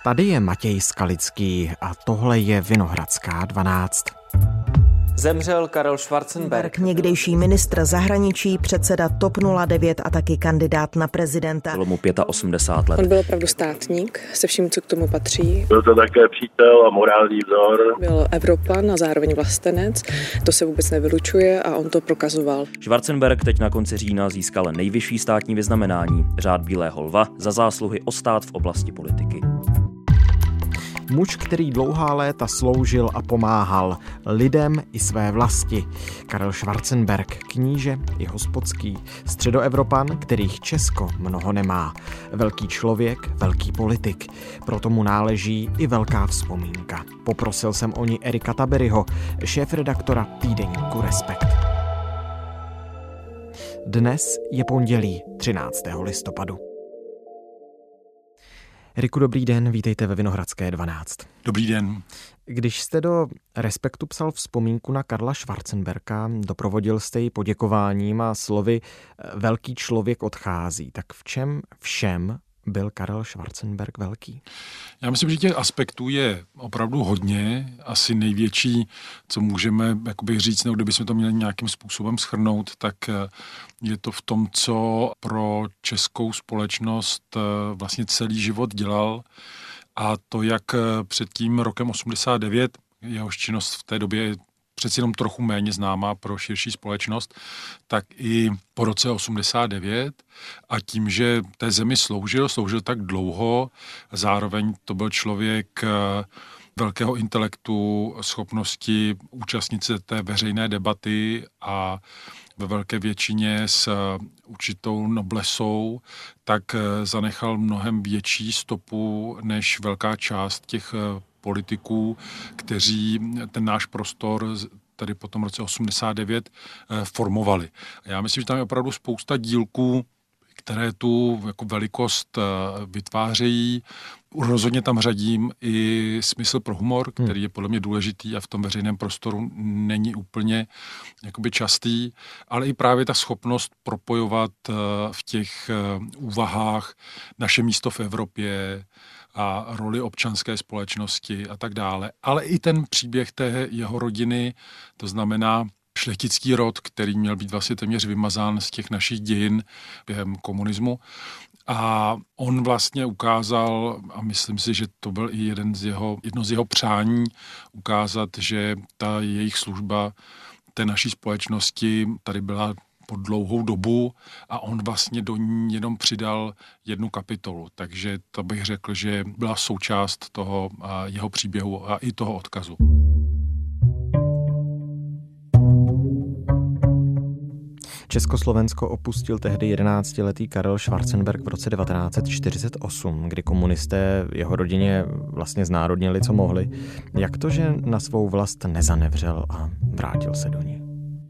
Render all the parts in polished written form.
Tady je Matěj Skalický a tohle je Vinohradská 12. Zemřel Karel Schwarzenberg. Někdejší ministr zahraničí, předseda TOP 09 a taky kandidát na prezidenta. Bylo mu 85 let. On byl opravdu státník se vším, co k tomu patří. Byl to také přítel a morální vzor. Byl Evropan a zároveň vlastenec. To se vůbec nevylučuje a on to prokazoval. Schwarzenberg teď na konci října získal nejvyšší státní vyznamenání, Řád bílého lva, za zásluhy o stát v oblasti politiky. Muž, který dlouhá léta sloužil a pomáhal lidem i své vlasti. Karel Schwarzenberg, kníže i hospodský, středoevropan, kterých Česko mnoho nemá. Velký člověk, velký politik. Proto mu náleží i velká vzpomínka. Poprosil jsem o ní Erika Taberyho, šéfredaktora týdeníku Respekt. Dnes je pondělí 13. listopadu. Eriku, dobrý den, vítejte ve Vinohradské 12. Dobrý den. Když jste do Respektu psal vzpomínku na Karla Schwarzenberga, doprovodil jste ji poděkováním a slovy velký člověk odchází. Tak v čem všem byl Karel Schwarzenberg velký? Já myslím, že těch aspektů je opravdu hodně. Asi největší, co můžeme říct, nebo kdybychom to měli nějakým způsobem shrnout, tak je to v tom, co pro českou společnost vlastně celý život dělal. A to, jak před tím rokem 89, jehož činnost v té době je přeci jenom trochu méně známá pro širší společnost, tak i po roce 89 a tím, že té zemi sloužil tak dlouho, zároveň to byl člověk velkého intelektu, schopnosti účastnit se té veřejné debaty a ve velké většině s určitou noblesou, tak zanechal mnohem větší stopu než velká část těch politiků, kteří ten náš prostor tady po tom roce 89 formovali. Já myslím, že tam je opravdu spousta dílků, které tu jako velikost vytvářejí. Rozhodně tam řadím i smysl pro humor, který je podle mě důležitý a v tom veřejném prostoru není úplně častý, ale i právě ta schopnost propojovat v těch úvahách naše místo v Evropě a roli občanské společnosti a tak dále. Ale i ten příběh té jeho rodiny, to znamená šlechtický rod, který měl být vlastně téměř vymazán z těch našich dějin během komunismu. A on vlastně ukázal, a myslím si, že to byl i jedno z jeho přání, ukázat, že ta jejich služba té naší společnosti tady byla po dlouhou dobu a on vlastně do ní jenom přidal jednu kapitolu. Takže to bych řekl, že byla součást toho jeho příběhu a i toho odkazu. Československo opustil tehdy 11letý Karel Schwarzenberg v roce 1948, kdy komunisté jeho rodině vlastně znárodnili, co mohli. Jak to, že na svou vlast nezanevřel a vrátil se do ní?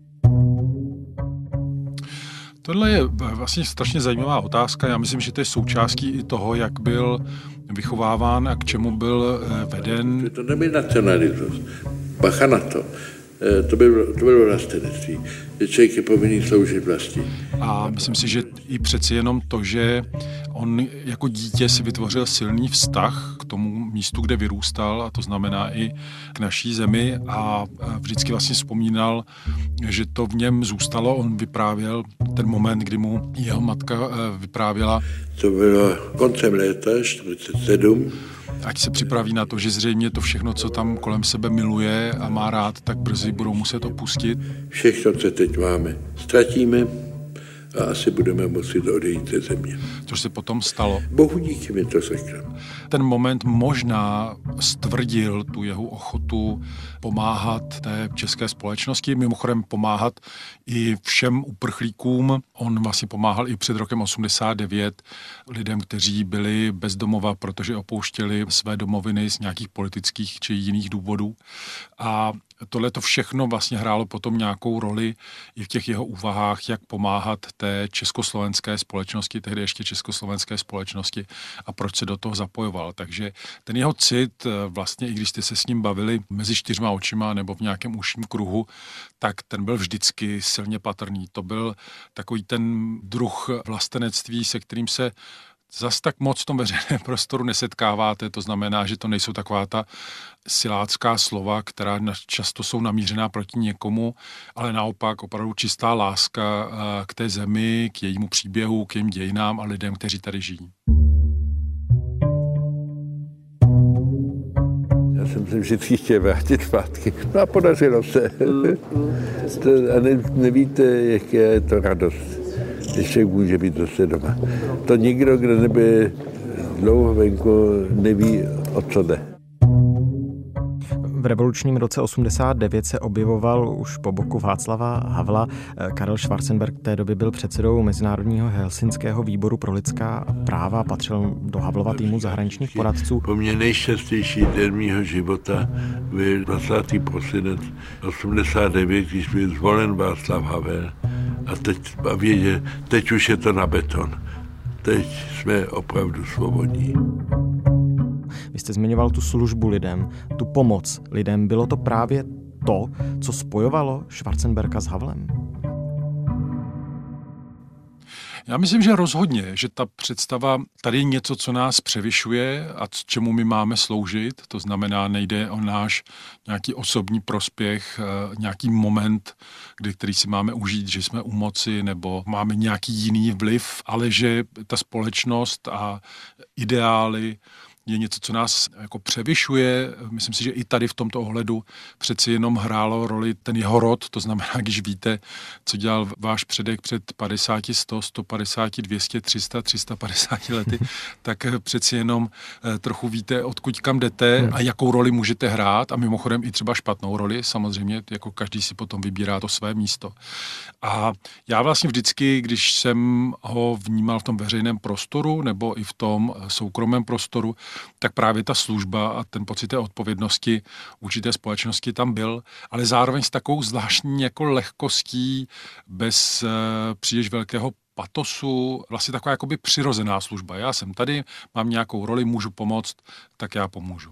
Tohle je vlastně strašně zajímavá otázka. Já myslím, že to je součástí i toho, jak byl vychováván a k čemu byl veden. To nebyl nacionalismus. Bacha na to. To bylo vlastenectví. Člověk je povinný sloužit vlasti. A myslím si, že i přeci jenom to, že on jako dítě si vytvořil silný vztah k tomu místu, kde vyrůstal, a to znamená i k naší zemi, a vždycky vlastně vzpomínal, že to v něm zůstalo. On vyprávěl ten moment, kdy mu jeho matka vyprávěla. To bylo koncem léta 1947. Ať se připraví na to, že zřejmě to všechno, co tam kolem sebe miluje a má rád, tak brzy budou muset opustit. Všechno, co teď máme, ztratíme a asi budeme muset odejít ze země. Což se potom stalo. Bohu díky mi to řekl. Ten moment možná stvrdil tu jeho ochotu pomáhat té české společnosti, mimochodem pomáhat i všem uprchlíkům. On vlastně pomáhal i před rokem 89 lidem, kteří byli bez domova, protože opouštěli své domoviny z nějakých politických či jiných důvodů. A tohle to všechno vlastně hrálo potom nějakou roli i v těch jeho úvahách, jak pomáhat té československé společnosti, tehdy ještě československé společnosti, a proč se do toho zapojoval. Takže ten jeho cit, vlastně i když jste se s ním bavili mezi čtyřma očima nebo v nějakém užším kruhu, tak ten byl vždycky silně patrný. To byl takový ten druh vlastenectví, se kterým se zas tak moc v tom veřejném prostoru nesetkáváte, to znamená, že to nejsou taková ta silácká slova, která často jsou namířená proti někomu, ale naopak opravdu čistá láska k té zemi, k jejímu příběhu, k jejím dějinám a lidem, kteří tady žijí. Já jsem se vždycky chtěl vrátit zpátky. No a podařilo se. A nevíte, jak je to radost, když člověk může být zase doma. To nikdo, kdo nebude dlouho venku, neví, o co jde. V revolučním roce 89 se objevoval už po boku Václava Havla. Karel Schwarzenberg v té době byl předsedou Mezinárodního helsinského výboru pro lidská práva, patřil do Havlova týmu zahraničních poradců. Po mně nejšťastnější den mýho života byl 20. prosinec 89, když byl zvolen Václav Havel. A teď už je to na beton. Teď jsme opravdu svobodní. Vy jste zmiňoval tu službu lidem, tu pomoc lidem. Bylo to právě to, co spojovalo Schwarzenberga s Havlem? Já myslím, že rozhodně, že ta představa, tady je něco, co nás převyšuje a čemu my máme sloužit. To znamená, nejde o náš nějaký osobní prospěch, nějaký moment, který si máme užít, že jsme u moci nebo máme nějaký jiný vliv, ale že ta společnost a ideály je něco, co nás jako převyšuje. Myslím si, že i tady v tomto ohledu přeci jenom hrálo roli ten jeho rod, to znamená, když víte, co dělal váš předek před 50, 100, 150, 200, 300, 350 lety, tak přeci jenom trochu víte, odkud kam jdete a jakou roli můžete hrát a mimochodem i třeba špatnou roli, samozřejmě, jako každý si potom vybírá to své místo. A já vlastně vždycky, když jsem ho vnímal v tom veřejném prostoru nebo i v tom soukromém prostoru, tak právě ta služba a ten pocit té odpovědnosti určité společnosti tam byl, ale zároveň s takovou zvláštní jako lehkostí, bez příliš velkého patosu, vlastně taková jakoby přirozená služba. Já jsem tady, mám nějakou roli, můžu pomoct, tak já pomůžu.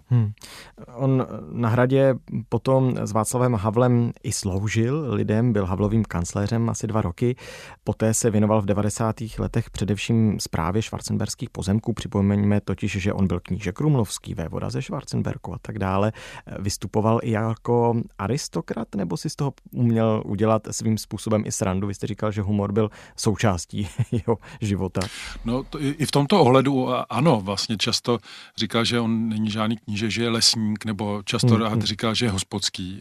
On na Hradě potom s Václavem Havlem i sloužil lidem, byl Havlovým kancléřem asi 2 roky. Poté se věnoval v 90. letech především správě schwarzenberských pozemků. Připomeňme totiž, že on byl kníže krumlovský, vévoda ze Schwarzenberku a tak dále. Vystupoval i jako aristokrat, nebo si z toho uměl udělat svým způsobem i srandu? Vy jste říkal, že humor byl součástí jeho života. No to i v tomto ohledu ano, vlastně často říkal, že on není žádný kníže, že je lesník, nebo často rád říkal, že je hospodský.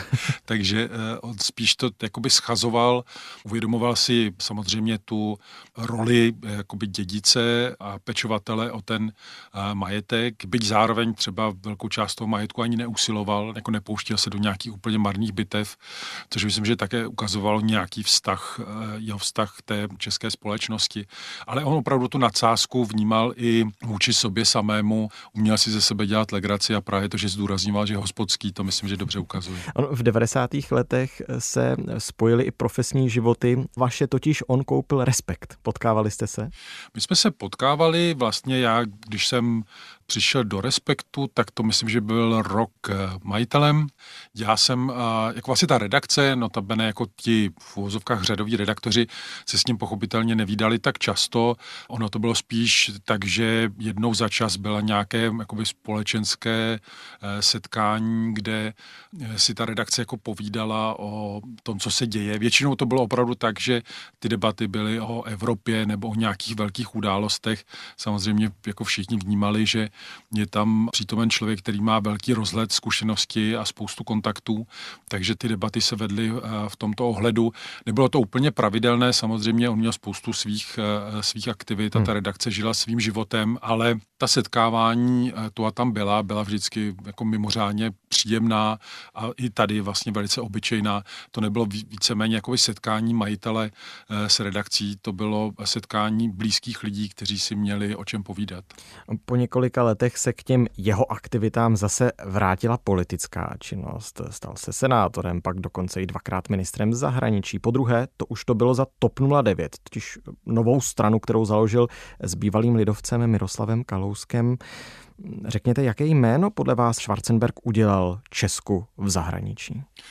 Takže on spíš to jakoby schazoval, uvědomoval si samozřejmě tu roli jakoby dědice a pečovatele o ten majetek, byť zároveň třeba velkou část toho majetku ani neusiloval, jako nepouštěl se do nějakých úplně marných bitev, což myslím, že také ukazovalo nějaký vztah, jeho vztah k té české společnosti. Ale on opravdu tu nadsázku vnímal i vůči sobě samému, uměl si ze sebe dělat legraci a právě to, že zdůrazňoval, že je hospodský, to myslím, že dobře ukazuje. V 90. letech se spojily i profesní životy. Vaše totiž on koupil Respekt. Potkávali jste se? My jsme se potkávali, vlastně já, když jsem přišel do Respektu, tak to myslím, že byl rok majitelem. Já jsem, jako vlastně ta redakce, notabene jako ti v uvozovkách řadoví redaktoři se s ním pochopitelně nevídali tak často. Ono to bylo spíš tak, že jednou za čas byla nějaké jakoby společenské setkání, kde si ta redakce jako povídala o tom, co se děje. Většinou to bylo opravdu tak, že ty debaty byly o Evropě nebo o nějakých velkých událostech. Samozřejmě jako všichni vnímali, že je tam přítomen člověk, který má velký rozhled, zkušenosti a spoustu kontaktů, takže ty debaty se vedly v tomto ohledu. Nebylo to úplně pravidelné, samozřejmě on měl spoustu svých aktivit a ta redakce žila svým životem, ale ta setkávání tu a tam byla vždycky jako mimořádně příjemná a i tady vlastně velice obyčejná. To nebylo víceméně jako setkání majitele s redakcí, to bylo setkání blízkých lidí, kteří si měli o čem povídat. Po několika letech se k těm jeho aktivitám zase vrátila politická činnost. Stal se senátorem, pak dokonce i 2krát ministrem zahraničí. Podruhé to už to bylo za TOP 09, totiž novou stranu, kterou založil s bývalým lidovcem Miroslavem Kalouskem. Řekněte, jaké jméno podle vás Schwarzenberg udělal Česku v zahraničí?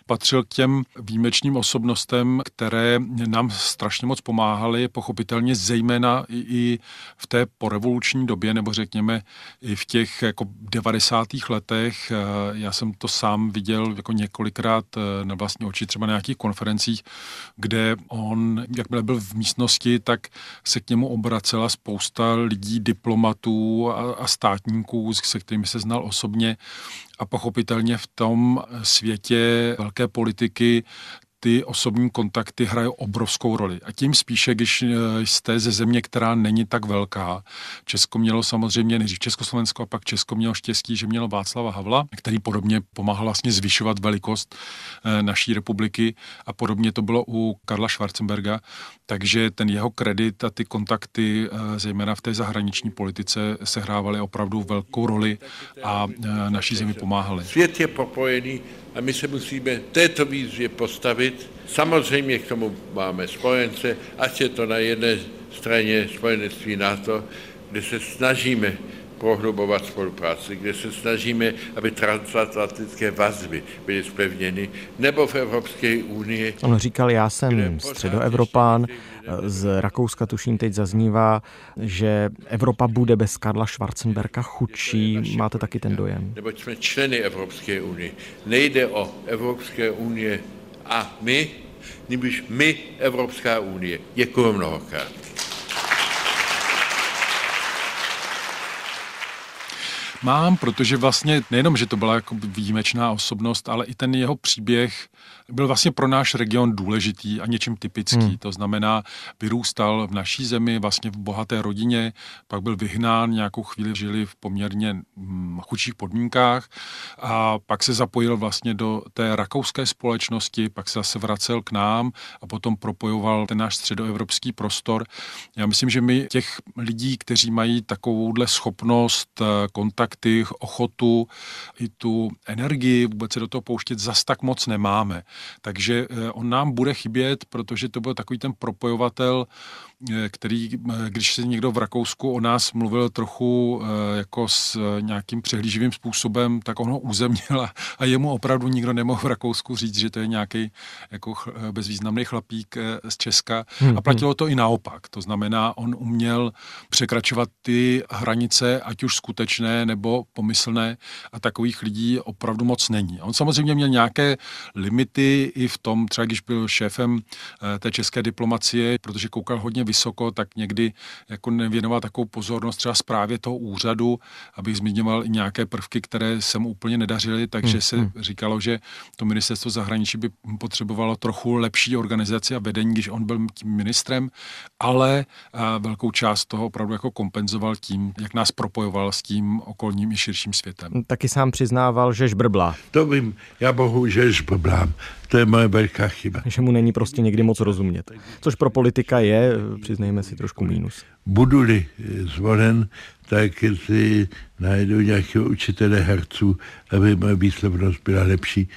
patřil k těm výjimečným osobnostem, které nám strašně moc pomáhaly, pochopitelně zejména i v té porevoluční době, nebo řekněme i v těch jako 90. letech. Já jsem to sám viděl jako několikrát na vlastní oči, třeba na nějakých konferencích, kde on, jakmile byl v místnosti, tak se k němu obracela spousta lidí, diplomatů a státníků, se kterými se znal osobně, a pochopitelně v tom světě velké politiky ty osobní kontakty hrají obrovskou roli. A tím spíše, když jste ze země, která není tak velká. Česko mělo samozřejmě, nejdřív Československo a pak Česko mělo štěstí, že mělo Václava Havla, který podobně pomáhal vlastně zvyšovat velikost naší republiky, a podobně to bylo u Karla Schwarzenberga. Takže ten jeho kredit a ty kontakty, zejména v té zahraniční politice, sehrávaly opravdu velkou roli a naší zemi pomáhaly. Svět je propojený a my se musíme této výzvě postavit. Samozřejmě k tomu máme spojence, ať je to na jedné straně spojenectví NATO, kde se snažíme prohlubovat spolupráci, kde se snažíme, aby transatlantické vazby byly zpevněny, nebo v Evropské unii. On říkal, já jsem Středoevropán, z Rakouska tuším teď zaznívá, že Evropa bude bez Karla Schwarzenberga chudší. Máte taky ten dojem? Neboť jsme členy Evropské unie. Nejde o Evropské unie a my, nebož my Evropská unie. Děkuji mnohokrát. Mám, protože vlastně nejenom, že to byla jako výjimečná osobnost, ale i ten jeho příběh byl vlastně pro náš region důležitý a něčím typický. To znamená, vyrůstal v naší zemi, vlastně v bohaté rodině, pak byl vyhnán, nějakou chvíli žili v poměrně chudších podmínkách a pak se zapojil vlastně do té rakouské společnosti, pak se zase vracel k nám a potom propojoval ten náš středoevropský prostor. Já myslím, že my těch lidí, kteří mají takovouhle schopnost, kontakty, ochotu, i tu energii vůbec se do toho pouštět, zas tak moc nemáme. Takže on nám bude chybět, protože to byl takový ten propojovatel, který, když se někdo v Rakousku o nás mluvil trochu jako s nějakým přehlíživým způsobem, tak on ho uzemnil a jemu opravdu nikdo nemohl v Rakousku říct, že to je nějaký jako bezvýznamný chlapík z Česka. A platilo to i naopak. To znamená, on uměl překračovat ty hranice, ať už skutečné nebo pomyslné, a takových lidí opravdu moc není. On samozřejmě měl nějaké limity i v tom, třeba když byl šéfem té české diplomacie, protože koukal hodně vysoko, tak někdy jako nevěnoval takovou pozornost třeba správě toho úřadu, abych zmiňoval i nějaké prvky, které se mu úplně nedařily, takže se říkalo, že to ministerstvo zahraničí by potřebovalo trochu lepší organizaci a vedení, když on byl tím ministrem, ale velkou část toho opravdu jako kompenzoval tím, jak nás propojoval s tím okolním i širším světem. Taky sám přiznával, že žbrblá. To vím, já bohužel žbrblám. To je moje velká chyba. Že mu není prostě někdy moc rozumět. Což pro politika je, přiznejme si, trošku mínus. Budu-li zvolen, tak si najdu nějakého učitele herců, aby moje výslovnost byla lepší.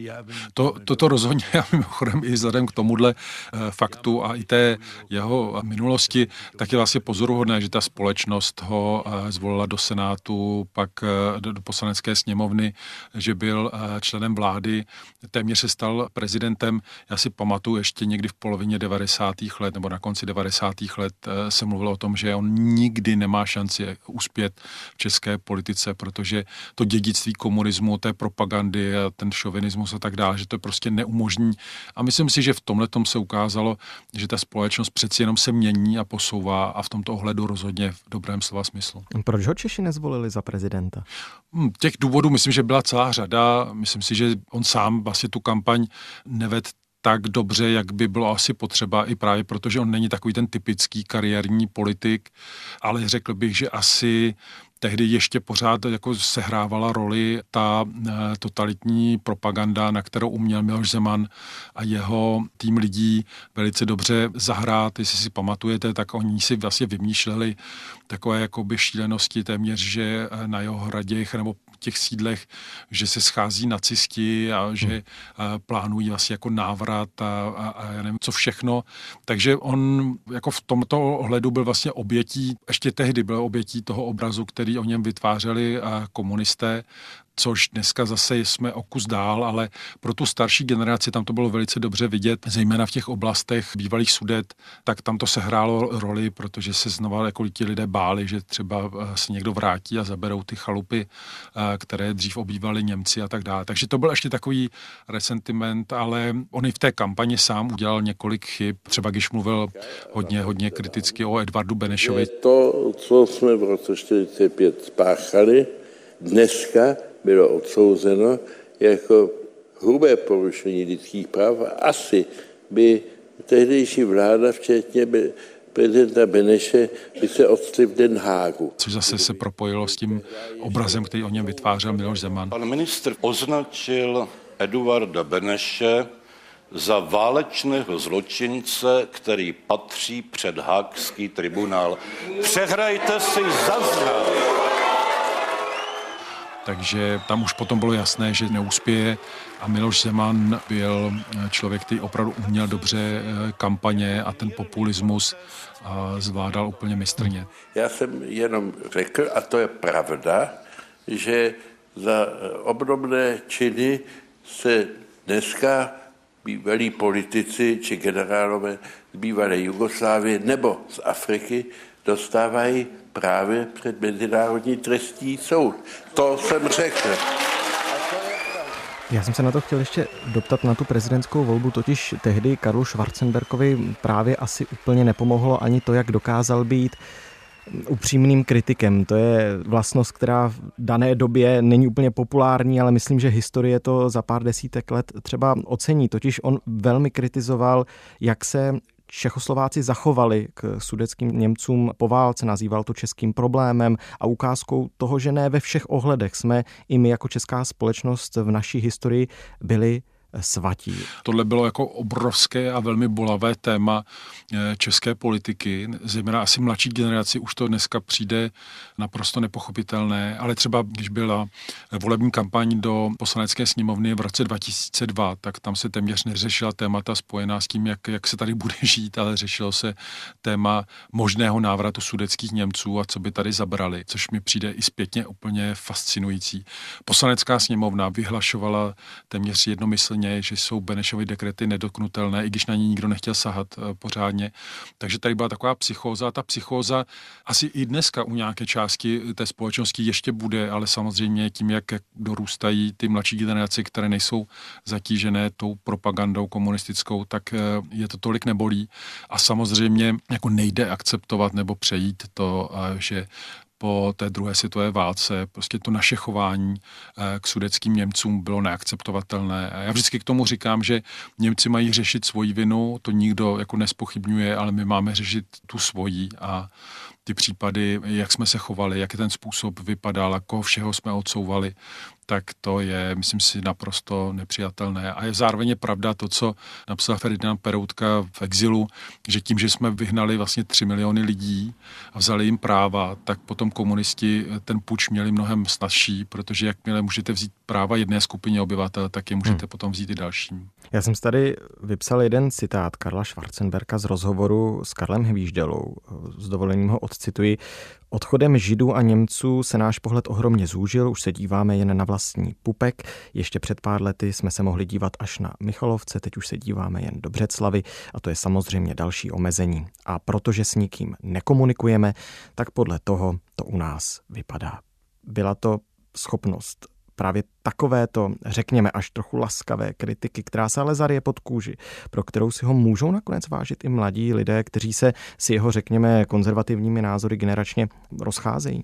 To rozhodně, a mimochodem i vzhledem k tomuhle faktu a i té jeho minulosti, tak je vlastně pozoruhodné, že ta společnost ho zvolila do Senátu, pak do Poslanecké sněmovny, že byl členem vlády, téměř se stal prezidentem. Já si pamatuju ještě někdy v polovině 90. let nebo na konci 90. let se mluvilo o tom, že on nikdy nemá šanci uspět v české politice, protože to dědictví komunismu, té propagandy a ten šovinismus a tak dále, že to prostě neumožní. A myslím si, že v tomhletom se ukázalo, že ta společnost přeci jenom se mění a posouvá a v tomto ohledu rozhodně v dobrém slova smyslu. Proč ho Češi nezvolili za prezidenta? Těch důvodů myslím, že byla celá řada. Myslím si, že on sám vlastně tu kampaň nevedl tak dobře, jak by bylo asi potřeba, i právě protože on není takový ten typický kariérní politik, ale řekl bych, že asi tehdy ještě pořád jako sehrávala roli ta totalitní propaganda, na kterou uměl Miloš Zeman a jeho tým lidí velice dobře zahrát. Jestli si pamatujete, tak oni si vlastně vymýšleli takové jakoby šílenosti téměř, že na jeho hraděch nebo těch sídlech, že se schází nacisti a že plánují vlastně jako návrat a já nevím, co všechno. Takže on jako v tomto ohledu byl vlastně obětí, ještě tehdy byl obětí toho obrazu, který o něm vytvářeli komunisté, což dneska zase jsme o kus dál, ale pro tu starší generaci tam to bylo velice dobře vidět, zejména v těch oblastech bývalých Sudet, tak tam to sehrálo roli, protože se znova jako ti lidé báli, že třeba se někdo vrátí a zaberou ty chalupy, které dřív obývali Němci a tak dále. Takže to byl ještě takový resentiment, ale on i v té kampani sám udělal několik chyb, třeba když mluvil hodně kriticky o Edvardu Benešovi. To, co jsme v roce 1945 spáchali, dneska bylo odsouzeno jako hrubé porušení lidských práv a asi by tehdejší vláda, včetně prezidenta Beneše, by se odstli v Den Hágu. Což zase se propojilo s tím obrazem, který o něm vytvářel Miloš Zeman. Pan ministr označil Eduarda Beneše za válečného zločince, který patří před Haagský tribunál. Přehrajte si záznam. Takže tam už potom bylo jasné, že neuspěje a Miloš Zeman byl člověk, který opravdu uměl dobře kampaně a ten populismus zvládal úplně mistrně. Já jsem jenom řekl, a to je pravda, že za obdobné činy se dneska bývalí politici či generálové z bývalé Jugoslávie nebo z Afriky dostávají právě před Mezinárodní trestní soud. To jsem řekl. Já jsem se na to chtěl ještě doptat na tu prezidentskou volbu, totiž tehdy Karlu Schwarzenbergovi právě asi úplně nepomohlo ani to, jak dokázal být upřímným kritikem. To je vlastnost, která v dané době není úplně populární, ale myslím, že historie to za pár desítek let třeba ocení. Totiž on velmi kritizoval, jak se Čechoslováci zachovali k sudetským Němcům po válce, nazýval to českým problémem a ukázkou toho, že ne ve všech ohledech jsme i my jako česká společnost v naší historii byli svatí. Tohle bylo jako obrovské a velmi bolavé téma české politiky, zejména asi mladší generaci už to dneska přijde naprosto nepochopitelné, ale třeba když byla volební kampaň do Poslanecké sněmovny v roce 2002, tak tam se téměř neřešila témata spojená s tím, jak se tady bude žít, ale řešilo se téma možného návratu sudetských Němců a co by tady zabrali, což mi přijde i zpětně úplně fascinující. Poslanecká sněmovna vyhlašovala téměř jednomyslně, že jsou Benešovy dekrety nedotknutelné, i když na ně nikdo nechtěl sahat pořádně. Takže tady byla taková psychóza. Ta psychóza asi i dneska u nějaké části té společnosti ještě bude, ale samozřejmě tím, jak dorůstají ty mladší generace, které nejsou zatížené tou propagandou komunistickou, tak je to tolik nebolí. A samozřejmě jako nejde akceptovat nebo přejít to, že po té druhé světové válce prostě to naše chování k sudetským Němcům bylo neakceptovatelné. A já vždycky k tomu říkám, že Němci mají řešit svoji vinu, to nikdo jako nespochybňuje, ale my máme řešit tu svoji a ty případy, jak jsme se chovali, jak ten způsob vypadal a koho všeho jsme odsouvali, tak to je, myslím si, naprosto nepřijatelné. A je zároveň pravda to, co napsal Ferdinand Peroutka v exilu, že tím, že jsme vyhnali vlastně 3 miliony lidí a vzali jim práva, tak potom komunisti ten puč měli mnohem snazší, protože jakmile můžete vzít práva jedné skupině obyvatel, tak je můžete potom vzít i dalším. Já jsem si tady vypsal jeden citát Karla Schwarzenberga z rozhovoru s Karlem Hvíždelou. S dovolením ho odcituji. Odchodem Židů a Němců se náš pohled ohromně zúžil, už se díváme jen na vlastní pupek. Ještě před pár lety jsme se mohli dívat až na Michalovce, teď už se díváme jen do Břeclavy a to je samozřejmě další omezení. A protože s nikým nekomunikujeme, tak podle toho to u nás vypadá. Byla to schopnost právě takovéto, řekněme, až trochu laskavé kritiky, která se ale zaryje pod kůži, pro kterou si ho můžou nakonec vážit i mladí lidé, kteří se s jeho, řekněme, konzervativními názory generačně rozcházejí?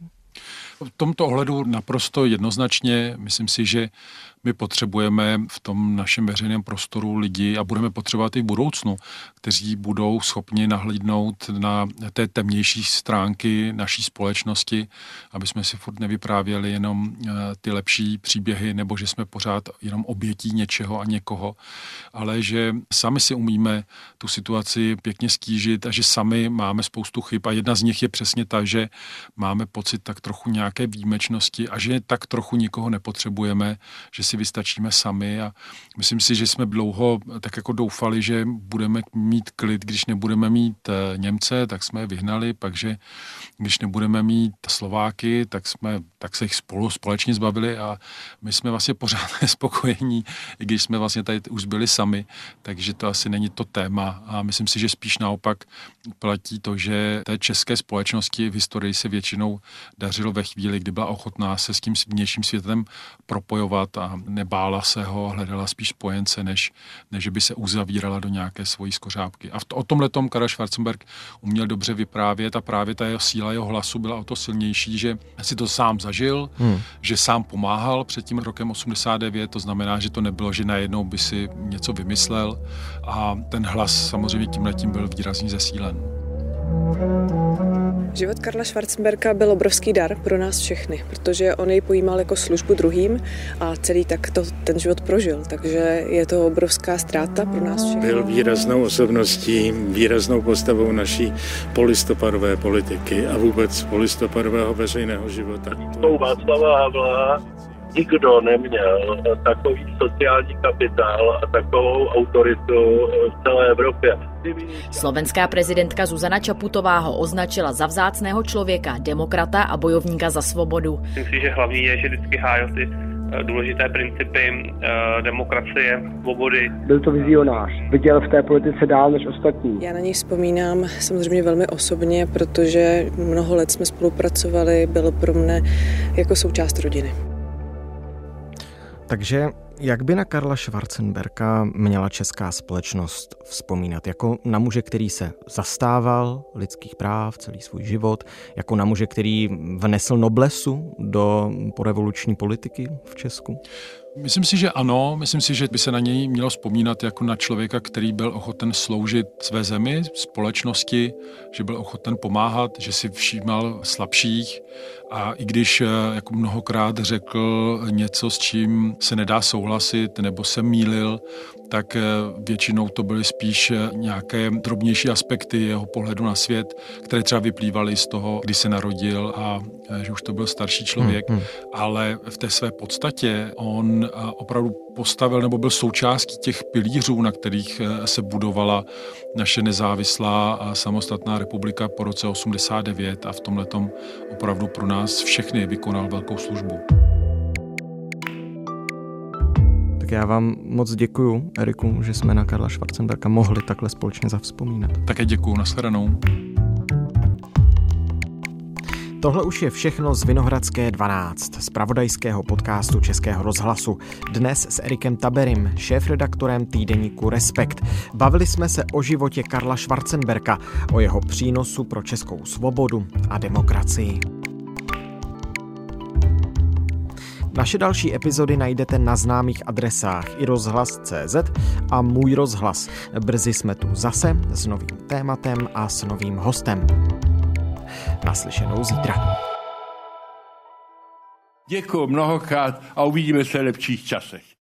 V tomto ohledu naprosto jednoznačně myslím si, že my potřebujeme v tom našem veřejném prostoru lidi a budeme potřebovat i v budoucnu, kteří budou schopni nahlídnout na té temnější stránky naší společnosti, aby jsme si furt nevyprávěli jenom ty lepší příběhy, nebo že jsme pořád jenom obětí něčeho a někoho, ale že sami si umíme tu situaci pěkně stížit a že sami máme spoustu chyb a jedna z nich je přesně ta, že máme pocit tak trochu nějak nějaké výjimečnosti a že tak trochu nikoho nepotřebujeme, že si vystačíme sami a myslím si, že jsme dlouho tak jako doufali, že budeme mít klid, když nebudeme mít Němce, tak jsme je vyhnali, pak, že když nebudeme mít Slováky, tak se jich společně zbavili a my jsme vlastně pořád nespokojení, i když jsme vlastně tady už byli sami, takže to asi není to téma a myslím si, že spíš naopak platí to, že té české společnosti v historii se většinou dařilo ve chvíli, kdy byla ochotná se s tím vnějším světem propojovat a nebála se ho, hledala spíš spojence, než by se uzavírala do nějaké svojí skořápky. A o tomhletom Karel Schwarzenberg uměl dobře vyprávět a právě ta jeho síla jeho hlasu byla o to silnější, že si to sám zažil, že sám pomáhal před tím rokem 89, to znamená, že to nebylo, že najednou by si něco vymyslel a ten hlas samozřejmě tímhletím byl výrazně zesílen. Život Karla Schwarzenberga byl obrovský dar pro nás všechny, protože on jej pojímal jako službu druhým a celý ten život prožil, takže je to obrovská ztráta pro nás všechny. Byl výraznou osobností, výraznou postavou naší polistopadové politiky a vůbec polistopadového veřejného života. U Václava Havla nikdo neměl takový sociální kapitál a takovou autoritu v celé Evropě. Slovenská prezidentka Zuzana Čaputová ho označila za vzácného člověka, demokrata a bojovníka za svobodu. Myslím si, že hlavní je, že vždycky hájil ty důležité principy demokracie, svobody. Byl to vizionář, viděl v té politice dál než ostatní. Já na něj vzpomínám samozřejmě velmi osobně, protože mnoho let jsme spolupracovali, byl pro mne jako součást rodiny. Takže jak by na Karla Schwarzenberga měla česká společnost vzpomínat? Jako na muže, který se zastával lidských práv celý svůj život, jako na muže, který vnesl noblesu do porevoluční politiky v Česku? Myslím si, že ano. Myslím si, že by se na něj mělo vzpomínat jako na člověka, který byl ochoten sloužit své zemi, společnosti, že byl ochoten pomáhat, že si všímal slabších a i když jako mnohokrát řekl něco, s čím se nedá souhlasit nebo se mýlil, tak většinou to byly spíš nějaké drobnější aspekty jeho pohledu na svět, které třeba vyplývaly z toho, kdy se narodil a že už to byl starší člověk, ale v té své podstatě on opravdu postavil nebo byl součástí těch pilířů, na kterých se budovala naše nezávislá a samostatná republika po roce 89 a v tomhletom opravdu pro nás všechny vykonal velkou službu. Tak já vám moc děkuju, Eriku, že jsme na Karla Schwarzenberga mohli takhle společně zavzpomínat. Také děkuju, nashledanou. Tohle už je všechno z Vinohradské 12, z zpravodajského podcastu Českého rozhlasu. Dnes s Erikem Taberim, šéfredaktorem týdeníku Respekt. Bavili jsme se o životě Karla Schwarzenberga, o jeho přínosu pro českou svobodu a demokracii. Naše další epizody najdete na známých adresách iRozhlas.cz a Můj rozhlas. Brzy jsme tu zase s novým tématem a s novým hostem. Naslyšenou zítra. Děkuji mnohokrát a uvidíme se v lepších časech.